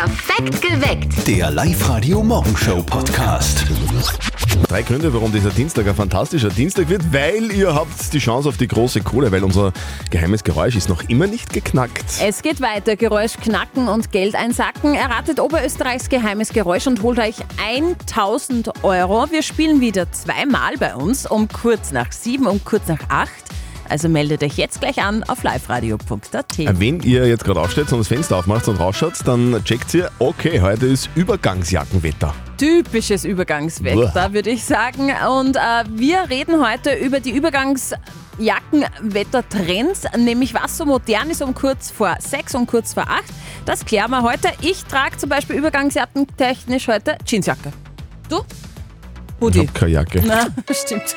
Perfekt geweckt. Der Live-Radio-Morgenshow-Podcast. 3 Gründe, warum dieser Dienstag ein fantastischer Dienstag wird, weil ihr habt die Chance auf die große Kohle, weil unser geheimes Geräusch ist noch immer nicht geknackt. Es geht weiter, Geräusch knacken und Geld einsacken. Erratet Oberösterreichs geheimes Geräusch und holt euch 1.000 €. Wir spielen wieder zweimal bei uns, um kurz nach 7 und kurz nach 8. Also meldet euch jetzt gleich an auf liveradio.at. Wenn ihr jetzt gerade aufsteht und das Fenster aufmacht und rausschaut, dann checkt ihr, okay, heute ist Übergangsjackenwetter. Typisches Übergangswetter, würde ich sagen. Und wir reden heute über die Übergangsjackenwettertrends, nämlich was so modern ist um kurz vor 6 und kurz vor 8. Das klären wir heute. Ich trage zum Beispiel übergangsjackentechnisch heute Jeansjacke. Du? Hoodie. Ich habe keine Jacke. Na, stimmt.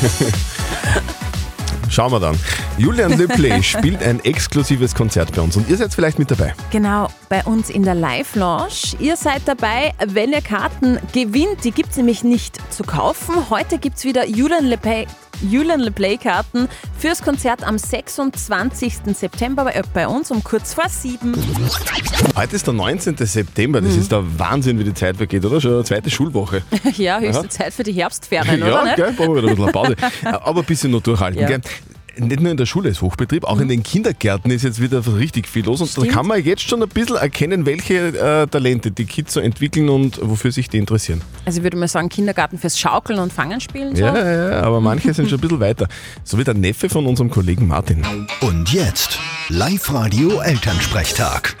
Schauen wir dann. Julian Le Play spielt ein exklusives Konzert bei uns und ihr seid vielleicht mit dabei. Genau, bei uns in der Live-Lounge. Ihr seid dabei, wenn ihr Karten gewinnt. Die gibt es nämlich nicht zu kaufen. Heute gibt es wieder Julian Le Play Karten fürs Konzert am 26. September bei uns um kurz vor 7. Heute ist der 19. September. Das ist der Wahnsinn, wie die Zeit vergeht, oder? Schon eine zweite Schulwoche. Ja, höchste Zeit für die Herbstferien, ja, oder? Ja, gell? Brauchen wir wieder ein bisschen Pause. Aber ein bisschen noch durchhalten, Ja. gell? Nicht nur in der Schule ist Hochbetrieb, auch in den Kindergärten ist jetzt wieder richtig viel los. Und Stimmt. da kann man jetzt schon ein bisschen erkennen, welche Talente die Kids so entwickeln und wofür sich die interessieren. Also ich würde mal sagen, Kindergarten fürs Schaukeln und Fangen spielen. So. Ja, aber manche sind schon ein bisschen weiter. So wie der Neffe von unserem Kollegen Martin. Und jetzt Live-Radio-Elternsprechtag.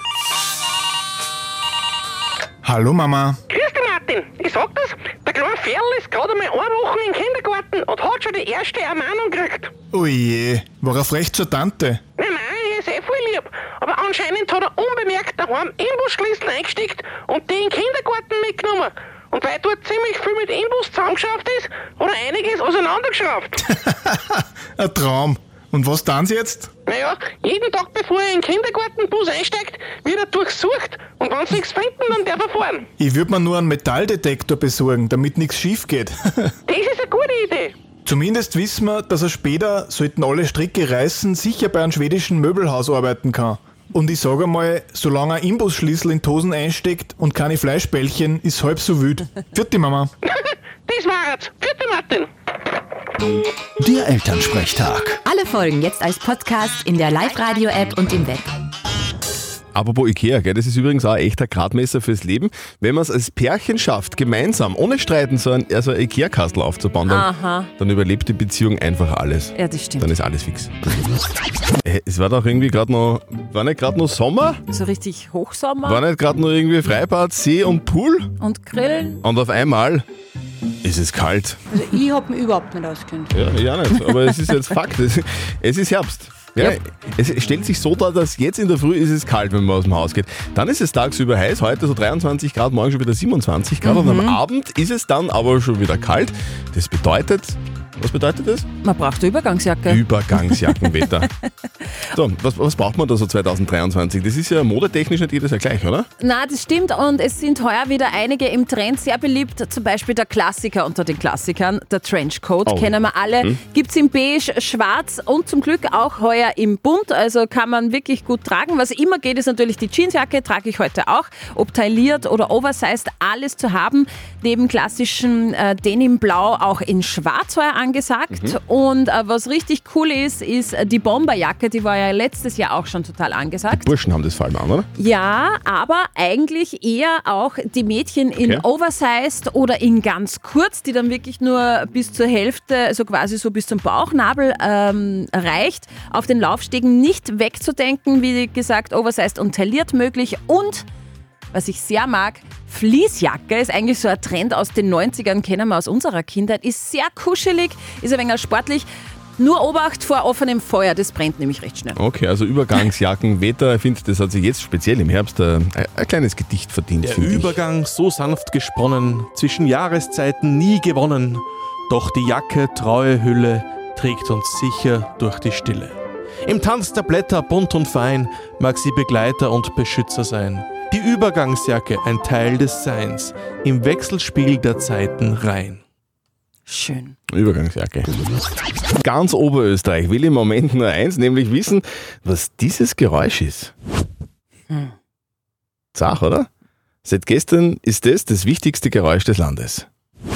Hallo Mama. Grüß dich, Martin. Ich sag das, der kleine Ferl ist gerade einmal 1 Woche im Kindergarten und hat schon die erste Ermahnung gekriegt. Oje, war er frech zur Tante? Nein, er ist voll lieb. Aber anscheinend hat er unbemerkt daheim Imbusschlüssel eingesteckt und die in den Kindergarten mitgenommen. Und weil dort ziemlich viel mit Imbus zusammengeschraubt ist, hat er einiges auseinandergeschraubt. Ein Traum. Und was tan's jetzt? Naja, jeden Tag bevor er in den Kindergartenbus einsteigt, wird er durchsucht. Und wenn sie nichts finden, dann darf er fahren. Ich würde mir nur einen Metalldetektor besorgen, damit nichts schief geht. Das ist eine gute Idee. Zumindest wissen wir, dass er später, sollten alle Stricke reißen, sicher bei einem schwedischen Möbelhaus arbeiten kann. Und ich sage einmal, solange ein Imbusschlüssel in die Hosen einsteckt und keine Fleischbällchen, ist halb so wild. Vierte Mama. Das war's. Vierte Martin. Der Elternsprechtag. Alle Folgen jetzt als Podcast in der Live-Radio-App und im Web. Apropos Ikea, gell, das ist übrigens auch ein echter Gradmesser fürs Leben. Wenn man es als Pärchen schafft, gemeinsam, ohne Streiten, so ein Ikea-Kastel aufzubauen, dann überlebt die Beziehung einfach alles. Ja, das stimmt. Dann ist alles fix. Es war doch irgendwie war nicht gerade noch Sommer? So richtig Hochsommer War nicht gerade noch irgendwie Freibad, See und Pool? und Grillen. Und auf einmal ist es kalt. Also ich hab mich überhaupt nicht auskennt. Ja, ja nicht, aber es ist jetzt Fakt. Es ist Herbst. Ja, es stellt sich so dar, dass jetzt in der Früh ist es kalt, wenn man aus dem Haus geht. Dann ist es tagsüber heiß, heute so 23 Grad, morgen schon wieder 27 Grad und am Abend ist es dann aber schon wieder kalt. Das bedeutet, was bedeutet das? Man braucht eine Übergangsjacke. Übergangsjackenwetter. So, was braucht man da so 2023? Das ist ja modetechnisch nicht jedes Jahr gleich, oder? Na, das stimmt und es sind heuer wieder einige im Trend sehr beliebt. Zum Beispiel der Klassiker unter den Klassikern, der Trenchcoat, kennen wir alle. Gibt's in beige, schwarz und zum Glück auch heuer im bunt, also kann man wirklich gut tragen. Was immer geht, ist natürlich die Jeansjacke, trage ich heute auch. Ob tailliert oder oversized, alles zu haben. Neben klassischen Denimblau auch in schwarz heuer angesagt. Und was richtig cool ist die Bomberjacke, die war ja letztes Jahr auch schon total angesagt. Burschen haben das vor allem an, oder? Ja, aber eigentlich eher auch die Mädchen in oversized oder in ganz kurz, die dann wirklich nur bis zur Hälfte, also quasi so bis zum Bauchnabel reicht. Auf den Laufstegen nicht wegzudenken, wie gesagt, oversized und tailliert möglich. Und was ich sehr mag, Fleecejacke ist eigentlich so ein Trend aus den 90ern, kennen wir aus unserer Kindheit, ist sehr kuschelig, ist ein wenig sportlich. Nur Obacht vor offenem Feuer, das brennt nämlich recht schnell. Okay, also Übergangsjackenwetter, ich finde, das hat sich jetzt speziell im Herbst ein kleines Gedicht verdient, Der finde ich. Übergang so sanft gesponnen, zwischen Jahreszeiten nie gewonnen. Doch die Jacke, treue Hülle, trägt uns sicher durch die Stille. Im Tanz der Blätter bunt und fein mag sie Begleiter und Beschützer sein. Die Übergangsjacke, ein Teil des Seins, im Wechselspiel der Zeiten rein. Schön. Übergangsjacke. Ganz Oberösterreich will im Moment nur eins, nämlich wissen, was dieses Geräusch ist. Zach, oder? Seit gestern ist das wichtigste Geräusch des Landes.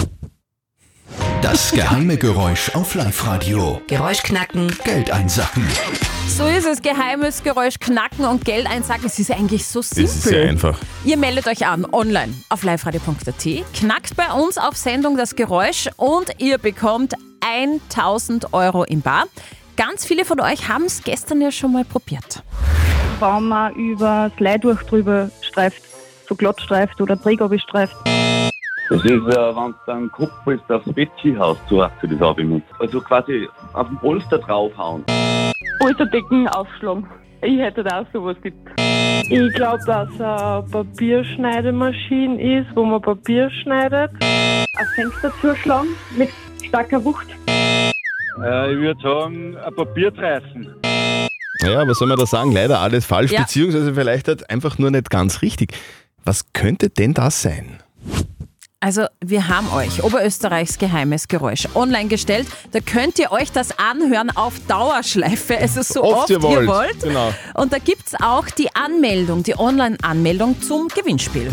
Das geheime Geräusch auf Live-Radio. Geräusch knacken. Geld einsacken. So ist es, geheimes Geräusch knacken und Geld einsacken. Es ist eigentlich so simpel. Das ist sehr einfach. Ihr meldet euch an online auf liveradio.at, knackt bei uns auf Sendung das Geräusch und ihr bekommt 1.000 Euro in bar. Ganz viele von euch haben es gestern ja schon mal probiert. Wenn man über das Leihtuch drüber streift, so glatt streift oder Träger bestreift. Das ist, wenn du dann Kopf bist, aufs Bettskihaus zu das habe ich mit. Also quasi auf den Polster draufhauen. Polsterdecken aufschlagen. Ich hätte da auch sowas gibt. Ich glaube, dass es eine Papierschneidemaschine ist, wo man Papier schneidet. Ein Fenster zuschlagen mit starker Wucht. Ich würde sagen, ein Papier reißen. Naja, was soll man da sagen? Leider alles falsch, Ja. beziehungsweise vielleicht halt einfach nur nicht ganz richtig. Was könnte denn das sein? Also wir haben euch Oberösterreichs geheimes Geräusch online gestellt. Da könnt ihr euch das anhören auf Dauerschleife, also so oft ihr wollt. Genau. Und da gibt es auch die Anmeldung, die Online-Anmeldung zum Gewinnspiel.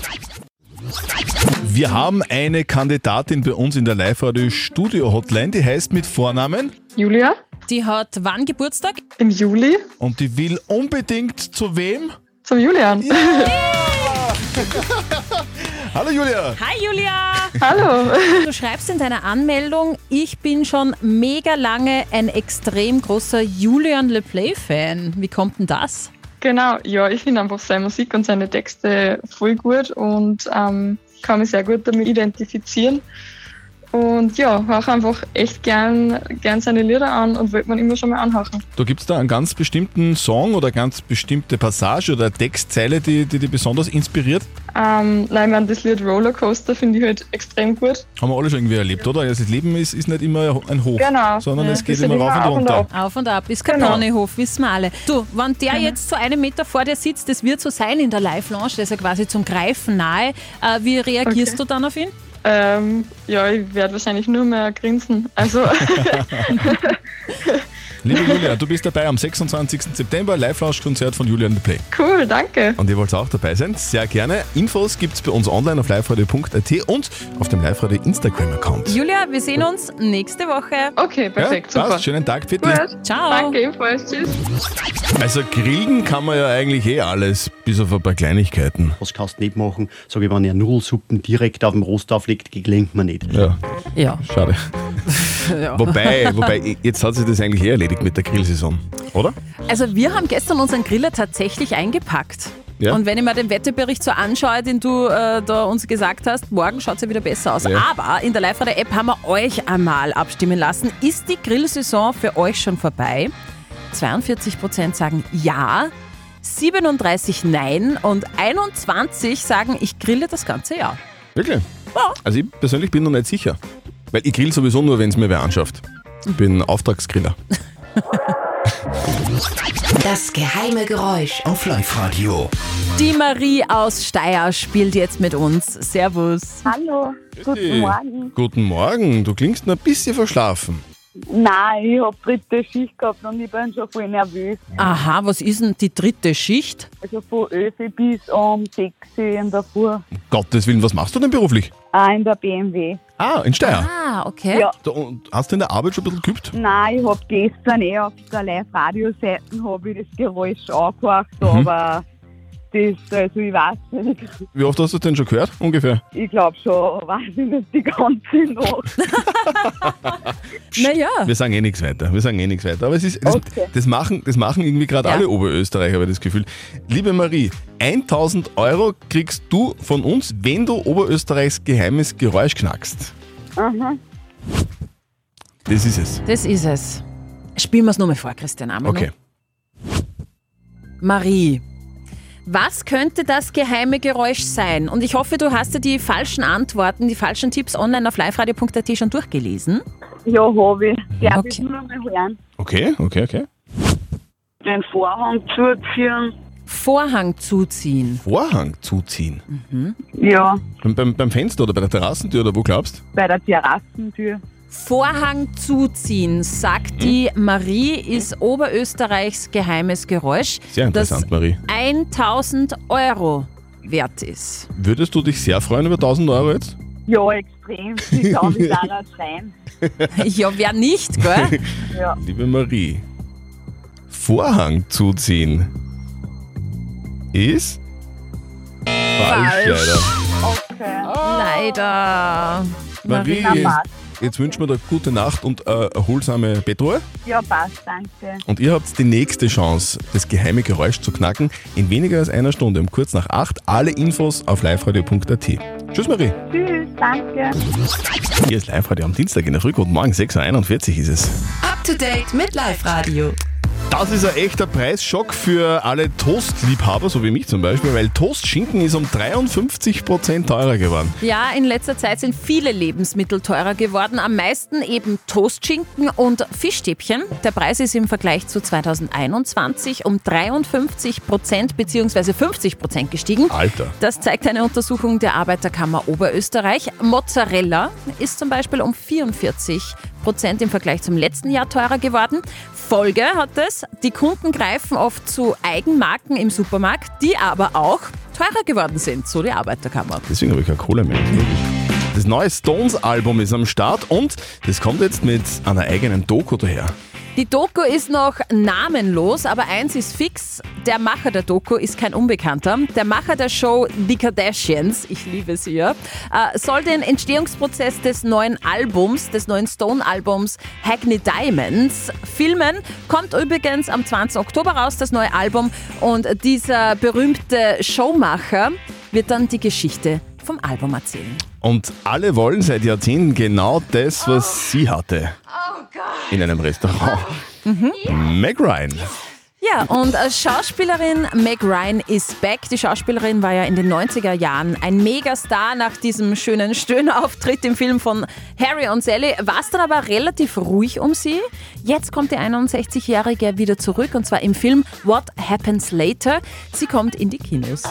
Wir haben eine Kandidatin bei uns in der Live-Radio-Studio-Hotline, die heißt mit Vornamen Julia? Die hat wann Geburtstag? Im Juli? und die will unbedingt zu wem? Zum Julian. Hallo Julia! Hi Julia! Hallo. Du schreibst in deiner Anmeldung, ich bin schon mega lange ein extrem großer Julian Le Play-Fan. Wie kommt denn das? Genau, ja, ich finde einfach seine Musik und seine Texte voll gut und kann mich sehr gut damit identifizieren. Und ja, höre einfach echt gern seine Lieder an und wollte man immer schon mal anhören. Da gibt es da einen ganz bestimmten Song oder ganz bestimmte Passage oder Textzeile, die besonders inspiriert? Nein, ich meine, das Lied Rollercoaster finde ich halt extrem gut. Haben wir alle schon irgendwie erlebt, oder? Also das Leben ist nicht immer ein Hoch, Genau. sondern Ja, es geht das immer ist rauf immer und auf und runter. Auf und ab ist kein Genau. Ponyhof, wissen wir alle. Du, wenn der jetzt so 1 Meter vor dir sitzt, das wird so sein in der Live-Lounge, der ist ja quasi zum Greifen nahe. Wie reagierst du dann auf ihn? Ja, ich werde wahrscheinlich nur mehr grinsen. Also, Liebe Julia, du bist dabei am 26. September, Live-Lounge-Konzert von Julian Le Play. cool, danke. Und ihr wollt auch dabei sein? Sehr gerne. Infos gibt's bei uns online auf liveradio.at und auf dem Live-Radio Instagram-Account. Julia, wir sehen uns nächste Woche. Okay, perfekt, ja, super. passt. Schönen Tag für dich. Gut. Ciao. Danke, ebenfalls. Tschüss. Also grillen kann man ja eigentlich alles, bis auf ein paar Kleinigkeiten. Was kannst du nicht machen? Sag ich, wenn ihr Nudelsuppen direkt auf dem Rost auflegt, gelingt mir nicht. Ja, Ja. schade. Ja. Wobei, jetzt hat sich das eigentlich erledigt mit der Grillsaison, oder? Also wir haben gestern unseren Griller tatsächlich eingepackt. Ja. Und wenn ich mir den Wetterbericht so anschaue, den du da uns gesagt hast, morgen schaut es ja wieder besser aus. Ja. Aber in der Live-Radio-App haben wir euch einmal abstimmen lassen. Ist die Grillsaison für euch schon vorbei? 42% sagen ja, 37 nein und 21 sagen, ich grille das ganze Jahr. Wirklich? Ja. Also ich persönlich bin noch nicht sicher. Weil ich grill sowieso nur, wenn es mir wer anschafft. Ich bin Auftragsgriller. Das geheime Geräusch. Auf Live-Radio. Die Marie aus Steyr spielt jetzt mit uns. Servus. Hallo, guten Morgen. Guten Morgen. Du klingst noch ein bisschen verschlafen. Nein, ich habe 3. Schicht gehabt und ich bin schon voll nervös. Aha, was ist denn die 3. Schicht? Also von 11 bis um 6 in der Früh. Um Gottes Willen, was machst du denn beruflich? Auch in der BMW. Ah, in Steyr. Ah, okay. Ja. Und hast du in der Arbeit schon ein bisschen geübt? Nein, ich habe gestern auf der Live-Radio-Seite das Geräusch angehört, aber das, also ich weiß nicht. Wie oft hast du das denn schon gehört, ungefähr? Ich glaube schon, weiß ich nicht, die ganze Nacht. Naja. Wir sagen eh nichts weiter. Aber es ist, Okay. das machen irgendwie gerade Ja. alle Oberösterreicher, habe ich das Gefühl. Liebe Marie, 1.000 Euro kriegst du von uns, wenn du Oberösterreichs geheimes Geräusch knackst. Aha. Das ist es. Das ist es. Spielen wir es nochmal vor, Christian Amelung. Okay. Marie, was könnte das geheime Geräusch sein? Und ich hoffe, du hast dir die falschen Antworten, die falschen Tipps online auf liveradio.at schon durchgelesen. Ja, habe ich. Darf Okay. ich nur mal hören? Okay. Den Vorhang zuziehen. Vorhang zuziehen. Vorhang zuziehen. Ja, Beim Fenster oder bei der Terrassentür oder wo glaubst? bei der Terrassentür. Vorhang zuziehen, sagt die Marie, ist Oberösterreichs geheimes Geräusch. Sehr interessant, das Marie. 1.000 Euro wert ist. Würdest du dich sehr freuen über 1000 Euro jetzt? Ja, extrem. Ich glaube, ich da rein. Ja, wer nicht, gell? Ja. Liebe Marie, Vorhang zuziehen ist falsch, leider. Okay. Leider. Marie, jetzt wünschen wir dir gute Nacht und erholsame Bettruhe. Ja, passt, danke. Und ihr habt die nächste Chance, das geheime Geräusch zu knacken, in weniger als einer Stunde, um kurz nach 8. Alle Infos auf liveradio.at. Tschüss Marie. Tschüss, danke. Hier ist Live-Radio am Dienstag in der Früh. Guten Morgen, 6.41 Uhr ist es. Up to date mit Live-Radio. Das ist ein echter Preisschock für alle Toastliebhaber, so wie mich zum Beispiel, weil Toastschinken ist um 53% teurer geworden. Ja, in letzter Zeit sind viele Lebensmittel teurer geworden. Am meisten eben Toastschinken und Fischstäbchen. Der Preis ist im Vergleich zu 2021 um 53% bzw. 50% gestiegen. Alter. Das zeigt eine Untersuchung der Arbeiterkammer Oberösterreich. Mozzarella ist zum Beispiel um 44% im Vergleich zum letzten Jahr teurer geworden. Folge hat es, die Kunden greifen oft zu Eigenmarken im Supermarkt, die aber auch teurer geworden sind, so die Arbeiterkammer. Deswegen habe ich keine Kohle mehr. Das neue Stones-Album ist am Start und das kommt jetzt mit einer eigenen Doku daher. Die Doku ist noch namenlos, aber eins ist fix, der Macher der Doku ist kein Unbekannter. Der Macher der Show The Kardashians, ich liebe sie ja, soll den Entstehungsprozess des neuen Albums, des neuen Stone-Albums Hackney Diamonds filmen. Kommt übrigens am 20. Oktober raus, das neue Album. Und dieser berühmte Showmacher wird dann die Geschichte vom Album erzählen. Und alle wollen seit Jahrzehnten genau das, was sie hatte. In einem Restaurant. Meg Ryan. Ja, und Schauspielerin Meg Ryan ist back. Die Schauspielerin war ja in den 90er Jahren ein Megastar nach diesem schönen Stöhnauftritt im Film von Harry und Sally. War es dann aber relativ ruhig um sie. Jetzt kommt die 61-Jährige wieder zurück und zwar im Film What Happens Later. Sie kommt in die Kinos.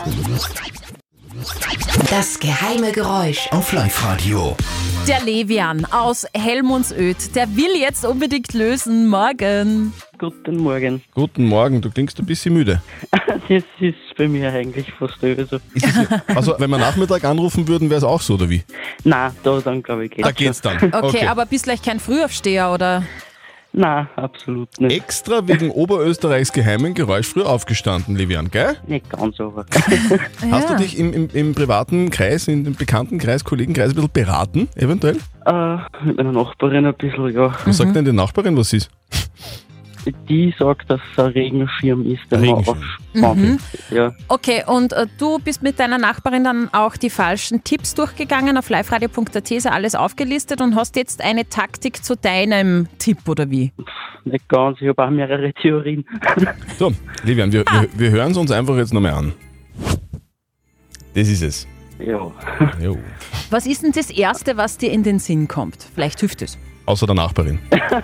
Das geheime Geräusch auf Live-Radio. Der Levian aus Helmundsöd, der will jetzt unbedingt lösen. Morgen. Guten Morgen. Guten Morgen, du klingst ein bisschen müde. Das ist bei mir eigentlich fast so. Also wenn wir Nachmittag anrufen würden, wäre es auch so, oder wie? Nein, dann glaube ich geht's. Da geht's dann. Okay, aber bist gleich kein Frühaufsteher, oder? Nein, absolut nicht. Extra wegen Oberösterreichs geheimen Geräusch früh aufgestanden, Levian, gell? Nicht ganz, aber. Hast du dich im privaten Kreis, in dem Bekanntenkreis, Kollegenkreis ein bisschen beraten, eventuell? Mit meiner Nachbarin ein bisschen, ja. Was sagt denn die Nachbarin, was ist? Die sagt, dass es ein Regenschirm ist, der man aufspannt. Ja. Okay, und du bist mit deiner Nachbarin dann auch die falschen Tipps durchgegangen. Auf liveradio.at ist alles aufgelistet und hast jetzt eine Taktik zu deinem Tipp, oder wie? Nicht ganz, ich habe auch mehrere Theorien. So, Levian, wir hören es uns einfach jetzt nochmal an. Das ist es. Ja. Jo. Was ist denn das Erste, was dir in den Sinn kommt? Vielleicht hilft es. Außer der Nachbarin.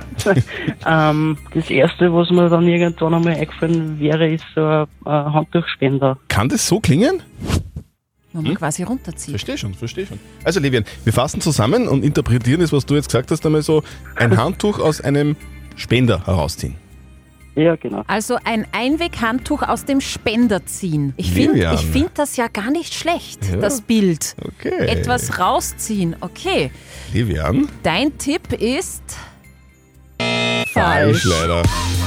Das Erste, was mir dann irgendwann einmal eingefallen wäre, ist so ein Handtuchspender. Kann das so klingen? Wenn man quasi runterzieht. Verstehe schon. Also Levian, wir fassen zusammen und interpretieren das, was du jetzt gesagt hast, einmal so ein Handtuch aus einem Spender herausziehen. Ja, genau. Also ein Einweghandtuch aus dem Spender ziehen. Ich finde das ja gar nicht schlecht, das Bild. Okay. Etwas rausziehen, okay. Levian? Dein Tipp ist... Falsch, leider.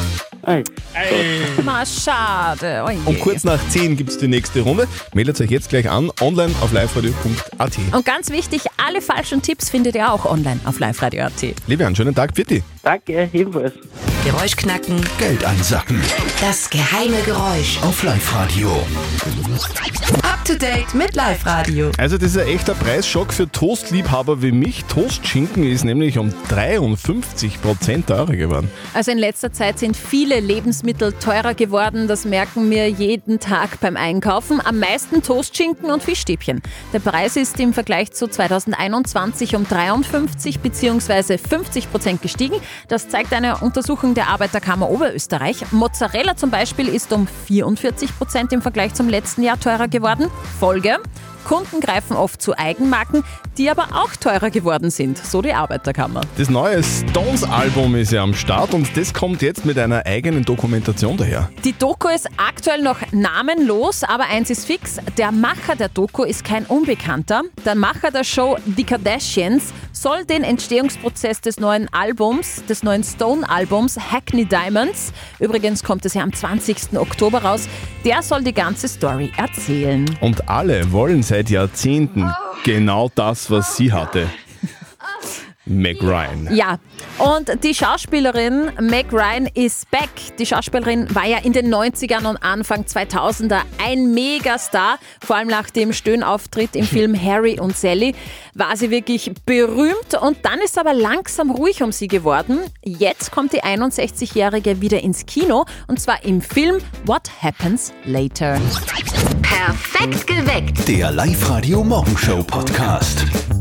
Na, schade. Oh je. Um kurz nach 10 gibt es die nächste Runde. Meldet euch jetzt gleich an, online auf liveradio.at. Und ganz wichtig, alle falschen Tipps findet ihr auch online auf liveradio.at. Levian, schönen Tag, Pfitti. Danke, ebenfalls. Geräusch knacken. Geld einsacken. Das geheime Geräusch auf Live-Radio. Up to date mit Live-Radio. Also das ist ein echter Preisschock für Toastliebhaber wie mich. Toastschinken ist nämlich um 53% teurer geworden. Also in letzter Zeit sind viele Lebensmittel teurer geworden. Das merken wir jeden Tag beim Einkaufen. Am meisten Toastschinken und Fischstäbchen. Der Preis ist im Vergleich zu 2021 um 53 bzw. 50% gestiegen. Das zeigt eine Untersuchung der Arbeiterkammer Oberösterreich. Mozzarella zum Beispiel ist um 44% im Vergleich zum letzten Jahr teurer geworden. Folge: Kunden greifen oft zu Eigenmarken, die aber auch teurer geworden sind, so die Arbeiterkammer. Das neue Stones-Album ist ja am Start und das kommt jetzt mit einer eigenen Dokumentation daher. Die Doku ist aktuell noch namenlos, aber eins ist fix, der Macher der Doku ist kein Unbekannter. Der Macher der Show Die Kardashians soll den Entstehungsprozess des neuen Albums, des neuen Stone-Albums Hackney Diamonds, übrigens kommt es ja am 20. Oktober raus, der soll die ganze Story erzählen. Und alle wollen seit Jahrzehnten genau das, was sie hatte. Meg Ryan. Ja, und die Schauspielerin Meg Ryan ist back. Die Schauspielerin war ja in den 90ern und Anfang 2000er ein Megastar. Vor allem nach dem Stöhnauftritt im Film Harry und Sally war sie wirklich berühmt und dann ist aber langsam ruhig um sie geworden. Jetzt kommt die 61-Jährige wieder ins Kino und zwar im Film What Happens Later. Perfekt geweckt. Der Live-Radio Morgenshow Podcast.